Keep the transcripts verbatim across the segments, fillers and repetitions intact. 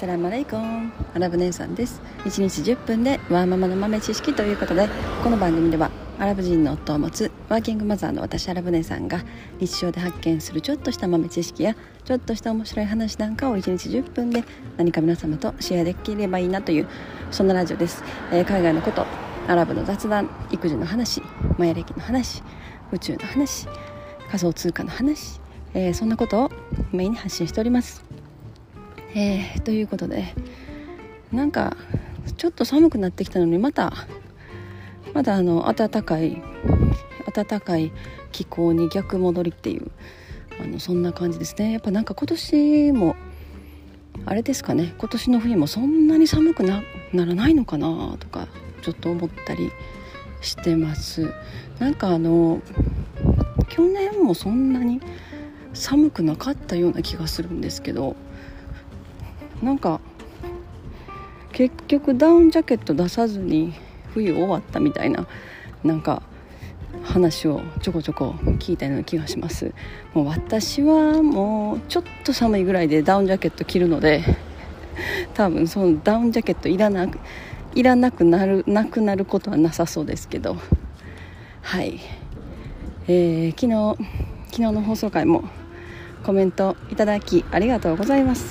ッサラムアレイコン、アラブ姉さんです。いちにちじゅっぷんでワーママの豆知識ということで、この番組ではアラブ人の夫を持つワーキングマザーの私アラブ姉さんが日常で発見するちょっとした豆知識やちょっとした面白い話なんかをいちにちじゅっぷんで何か皆様とシェアできればいいなという、そんなラジオです。えー、海外のこと、アラブの雑談、育児の話、マヤ歴の話、宇宙の話、仮想通貨の話、えー、そんなことをメインに発信しております。えー、ということで、なんかちょっと寒くなってきたのにまたまだあの暖かい暖かい気候に逆戻りっていう、あのそんな感じですね。やっぱなんか今年もあれですかね、今年の冬もそんなに寒く な, ならないのかなとかちょっと思ったりしてます。なんかあの去年もそんなに寒くなかったような気がするんですけど、なんか結局ダウンジャケット出さずに冬終わったみたいな、なんか話をちょこちょこ聞いたような気がします。もう私はもうちょっと寒いぐらいでダウンジャケット着るので、多分そのダウンジャケットいらなくいらなくなるなくなることはなさそうですけど、はい、えー、昨日昨日の放送回もコメントいただきありがとうございます。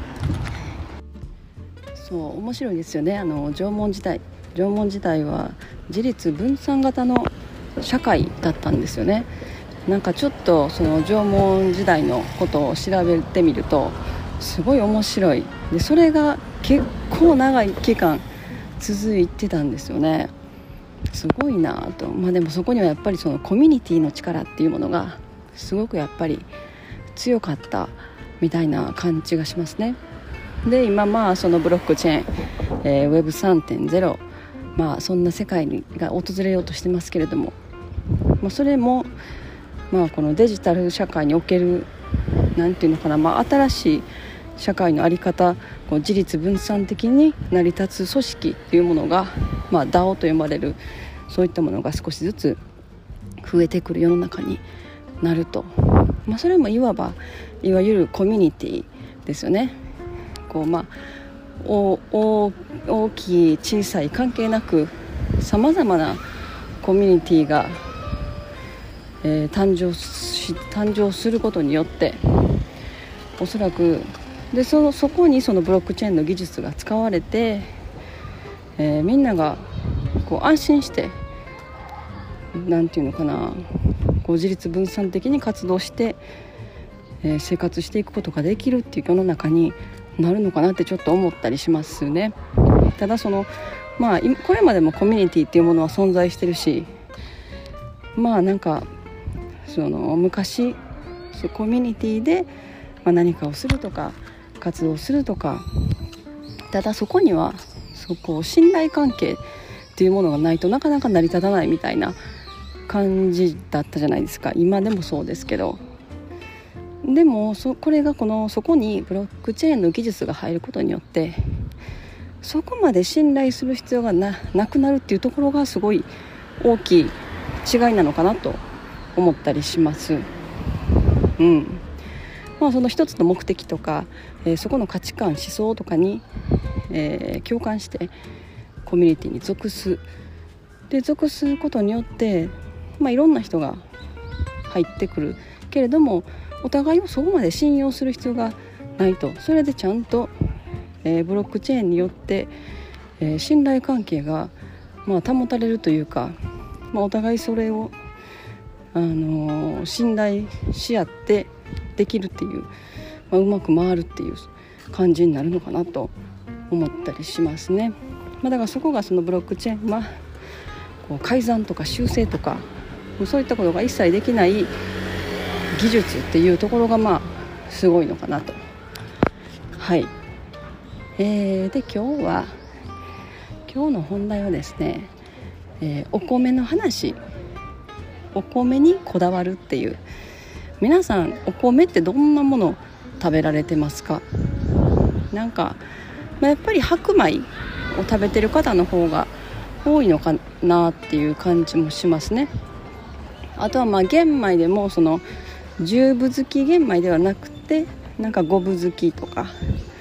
そう面白いですよね。あの縄文時代縄文時代は自立分散型の社会だったんですよね。なんかちょっとその縄文時代のことを調べてみるとすごい面白いで、それが結構長い期間続いてたんですよね。すごいなと。まあでもそこにはやっぱりそのコミュニティの力っていうものがすごくやっぱり強かったみたいな感じがしますね。で今まあそのブロックチェーン、えー、ウェブさんてんゼロ、 まあそんな世界が訪れようとしてますけれども、まあ、それもまあこのデジタル社会におけるなんていうのかな、まあ、新しい社会の在り方、こう自立分散的に成り立つ組織っていうものが、まあ、ダオ と呼ばれるそういったものが少しずつ増えてくる世の中になると、まあ、それもいわばいわゆるコミュニティですよね。こうまあおお大きい小さい関係なくさまざまなコミュニティが、えー、誕生し誕生することによって、おそらくで そ, そこにそのブロックチェーンの技術が使われて、えー、みんながこう安心してなんていうのかな、こう自立分散的に活動して、えー、生活していくことができるっていう世の中になるのかなってちょっと思ったりしますね。ただそのまあこれまでもコミュニティっていうものは存在してるし、まあなんかその昔そコミュニティでまあ何かをするとか活動するとか、ただそこにはそこ信頼関係っていうものがないとなかなか成り立たないみたいな感じだったじゃないですか。今でもそうですけど、でもそこれがこのそこにブロックチェーンの技術が入ることによってそこまで信頼する必要が な, なくなるっていうところがすごい大きい違いなのかなと思ったりします。うんまあ、その一つの目的とか、えー、そこの価値観思想とかに、えー、共感してコミュニティに属すで属すことによって、まあ、いろんな人が入ってくるけれども、お互いをそこまで信用する必要がないと、それでちゃんと、えー、ブロックチェーンによって、えー、信頼関係が、まあ、保たれるというか、まあ、お互いそれを、あのー、信頼し合ってできるっていう、まあ、うまく回るっていう感じになるのかなと思ったりしますね。まあ、だからそこがそのブロックチェーンはこう改ざんとか修正とかそういったことが一切できない技術っていうところがまあすごいのかなと。はい、えー、で今日は今日の本題はですね、えー、お米の話、お米にこだわるっていう。皆さんお米ってどんなものを食べられてますか？なんか、まあ、やっぱり白米を食べてる方の方が多いのかなっていう感じもしますね。あとはまあ玄米でもその十分好き玄米ではなくてなんか五分好きとか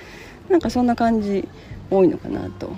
なんかそんな感じ多いのかなと。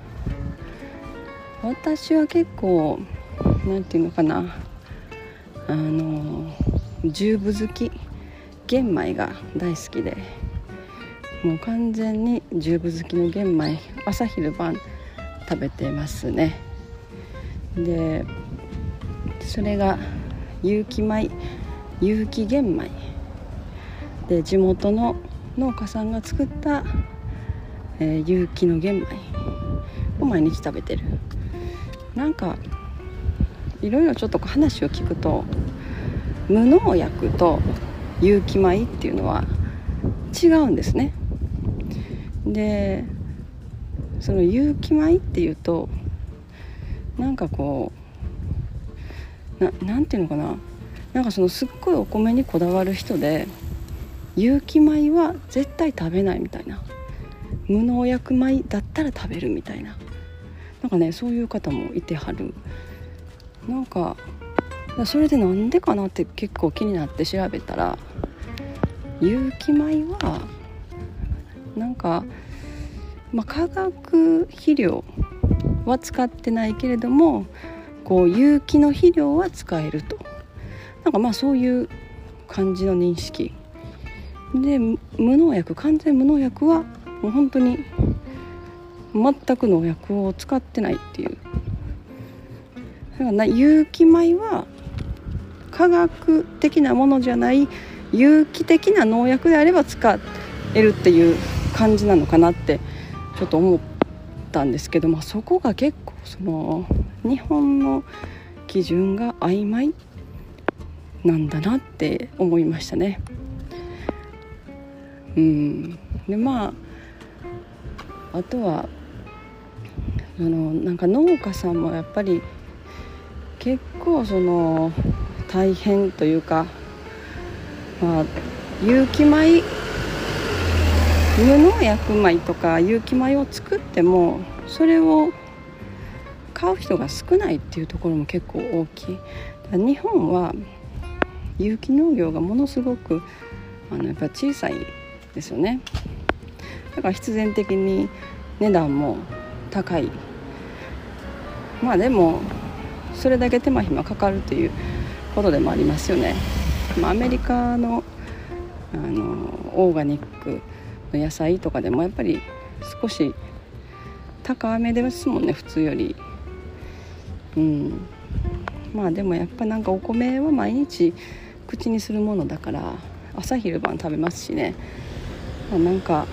私は結構なんていうのかな、あの十分好き、玄米が大好きで、もう完全に十分好きの玄米朝昼晩食べてますね。でそれが有機米、有機玄米で、地元の農家さんが作った、えー、有機の玄米を毎日食べてる。なんかいろいろちょっと話を聞くと、無農薬と有機米っていうのは違うんですね。でその有機米っていうと、なんかこう な, なんていうのかな、なんかそのすっごいお米にこだわる人で、有機米は絶対食べないみたいな、無農薬米だったら食べるみたいな、なんかね、そういう方もいてはる。なんかそれでなんでかなって結構気になって調べたら、有機米はなんか、まあ、化学肥料は使ってないけれども、こう有機の肥料は使えると、なんかまあそういう感じの認識で、無農薬、完全無農薬はもう本当に全く農薬を使ってないっていう。だから有機米は科学的なものじゃない、有機的な農薬であれば使えるっていう感じなのかなってちょっと思ったんですけど、まあ、そこが結構その日本の基準が曖昧なんだなって思いましたね。うんでまああとはあのなんか農家さんもやっぱり結構その大変というか、まあ、有機米、無農薬米とか有機米を作ってもそれを買う人が少ないっていうところも結構大きい。日本は有機農業がものすごくあのやっぱ小さいですよね。だから必然的に値段も高い。まあでもそれだけ手間暇かかるということでもありますよね。まあ、アメリカの、あのオーガニックの野菜とかでもやっぱり少し高めですもんね、普通より。うん、まあでもやっぱなんかお米は毎日口にするものだから朝昼晩食べますしね、まあ、なんか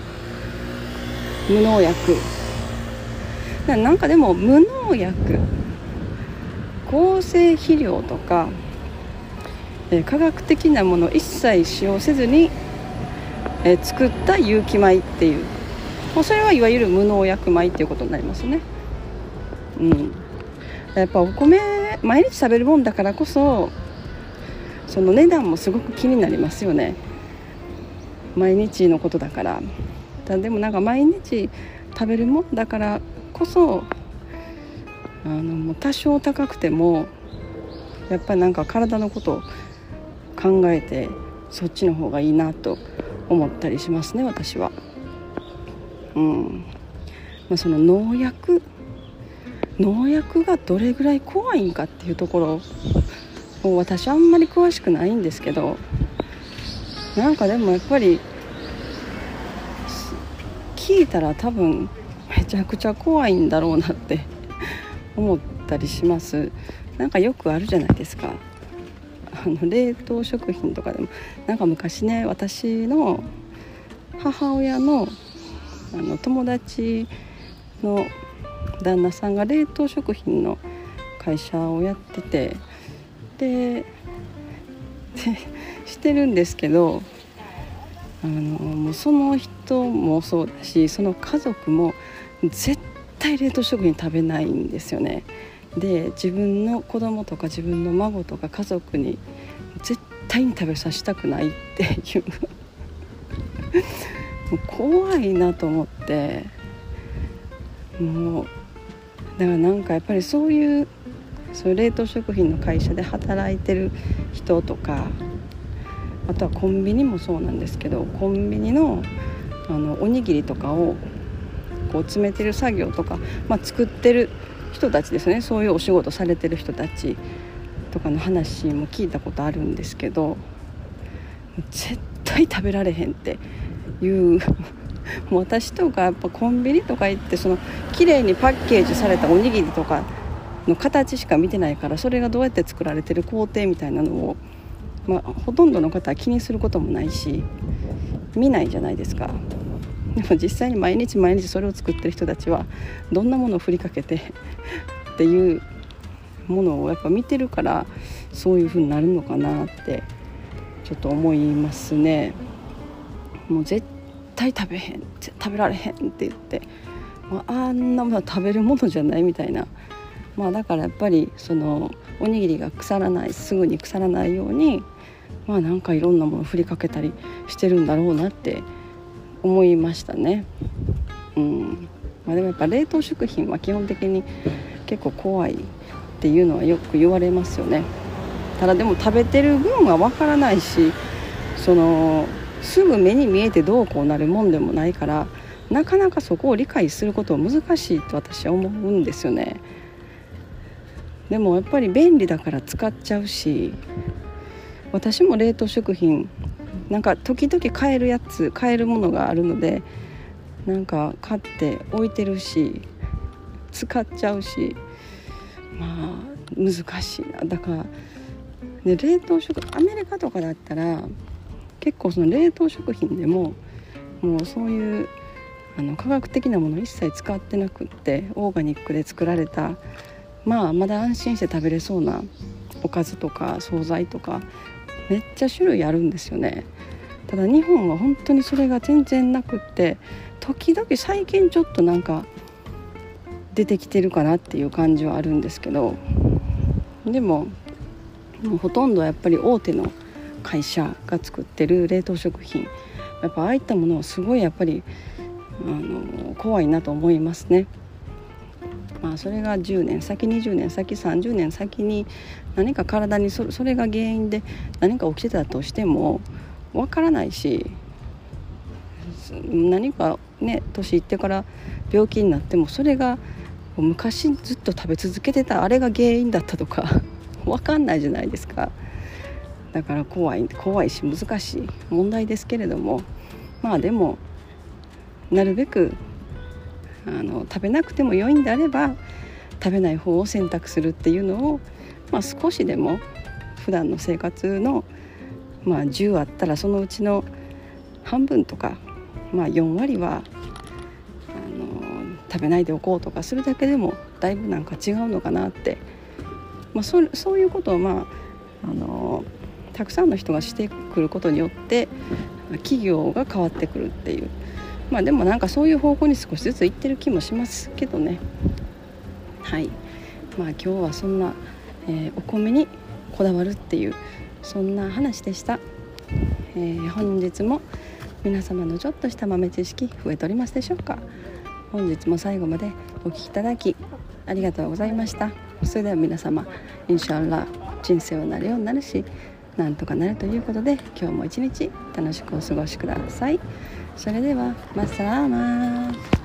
無農薬な、なんかでも無農薬、合成肥料とか、えー、科学的なものを一切使用せずに、えー、作った有機米っていう、もうそれはいわゆる無農薬米っていうことになりますね。うん、やっぱお米毎日食べるもんだからこそ、その値段もすごく気になりますよね。毎日のことだから。だでもなんか毎日食べるもんだからこそ、あのもう多少高くてもやっぱりなんか体のことを考えてそっちの方がいいなと思ったりしますね、私は。うんまあ、その農薬農薬がどれぐらい怖いんかっていうところを私あんまり詳しくないんですけど、なんかでもやっぱり聞いたら多分めちゃくちゃ怖いんだろうなって思ったりします。なんかよくあるじゃないですか、あの冷凍食品とかでも。なんか昔ね、私の母親の、あの友達の旦那さんが冷凍食品の会社をやってて、でしてるんですけど、あのもうその人もそうだし、その家族も絶対冷凍食品食べないんですよね。で自分の子供とか自分の孫とか家族に絶対に食べさせたくないっていうもう怖いなと思って、もうだからなんかやっぱりそういうそういう冷凍食品の会社で働いてる人とか、あとはコンビニもそうなんですけど、コンビニの、 あのおにぎりとかをこう詰めてる作業とか、まあ、作ってる人たちですね、そういうお仕事されてる人たちとかの話も聞いたことあるんですけど、絶対食べられへんっていうもう私とかやっぱコンビニとか行ってその綺麗にパッケージされたおにぎりとかの形しか見てないから、それがどうやって作られてる工程みたいなのを、まあ、ほとんどの方は気にすることもないし見ないじゃないですか。でも実際に毎日毎日それを作ってる人たちはどんなものを振りかけてっていうものをやっぱ見てるから、そういう風になるのかなってちょっと思いますね。もう絶対食べへん食べられへんって言って、まあ、あんなものは食べるものじゃないみたいな、まあ、だからやっぱりそのおにぎりが腐らないすぐに腐らないように、まあ、なんかいろんなものを振りかけたりしてるんだろうなって思いましたね。うんまあ、でもやっぱ冷凍食品は基本的に結構怖いっていうのはよく言われますよね。ただでも食べてる分はわからないし、そのすぐ目に見えてどうこうなるもんでもないから、なかなかそこを理解することは難しいと私は思うんですよね。でもやっぱり便利だから使っちゃうし、私も冷凍食品なんか時々買えるやつ買えるものがあるので、なんか買って置いてるし使っちゃうし、まあ難しいな。だから、ね、冷凍食アメリカとかだったら結構その冷凍食品でももうそういうあの科学的なもの一切使ってなくって、オーガニックで作られた、まあまだ安心して食べれそうなおかずとか惣菜とかめっちゃ種類あるんですよね。ただ日本は本当にそれが全然なくって、時々最近ちょっとなんか出てきてるかなっていう感じはあるんですけど、でももうほとんどやっぱり大手の会社が作ってる冷凍食品、やっぱああいったものはすごいやっぱりあの怖いなと思いますね。まあ、それがじゅうねん先にじゅうねん先さんじゅうねん先に何か体に そ, それが原因で何か起きてたとしてもわからないし、何かね年いってから病気になってもそれが昔ずっと食べ続けてたあれが原因だったとかわかんないじゃないですか。だから怖い怖いし難しい問題ですけれども、まあでもなるべくあの食べなくても良いんであれば食べない方を選択するっていうのを、まあ、少しでも普段の生活の、まあ、じゅうあったらそのうちの半分とか、まあ、よん割はあの食べないでおこうとかするだけでもだいぶなんか違うのかなって、まあ、そ, そういうことを、まあ、あのたくさんの人がしてくることによって企業が変わってくるっていう、まあでもなんかそういう方向に少しずつ行ってる気もしますけどね。はい、まあ今日はそんな、えー、お米にこだわるっていうそんな話でした。えー、本日も皆様のちょっとした豆知識増えておりますでしょうか。本日も最後までお聞きいただきありがとうございました。それでは皆様インシャアラ人生はなるようになるしなんとかなるということで、今日も一日楽しくお過ごしください。それではマッサラーマー。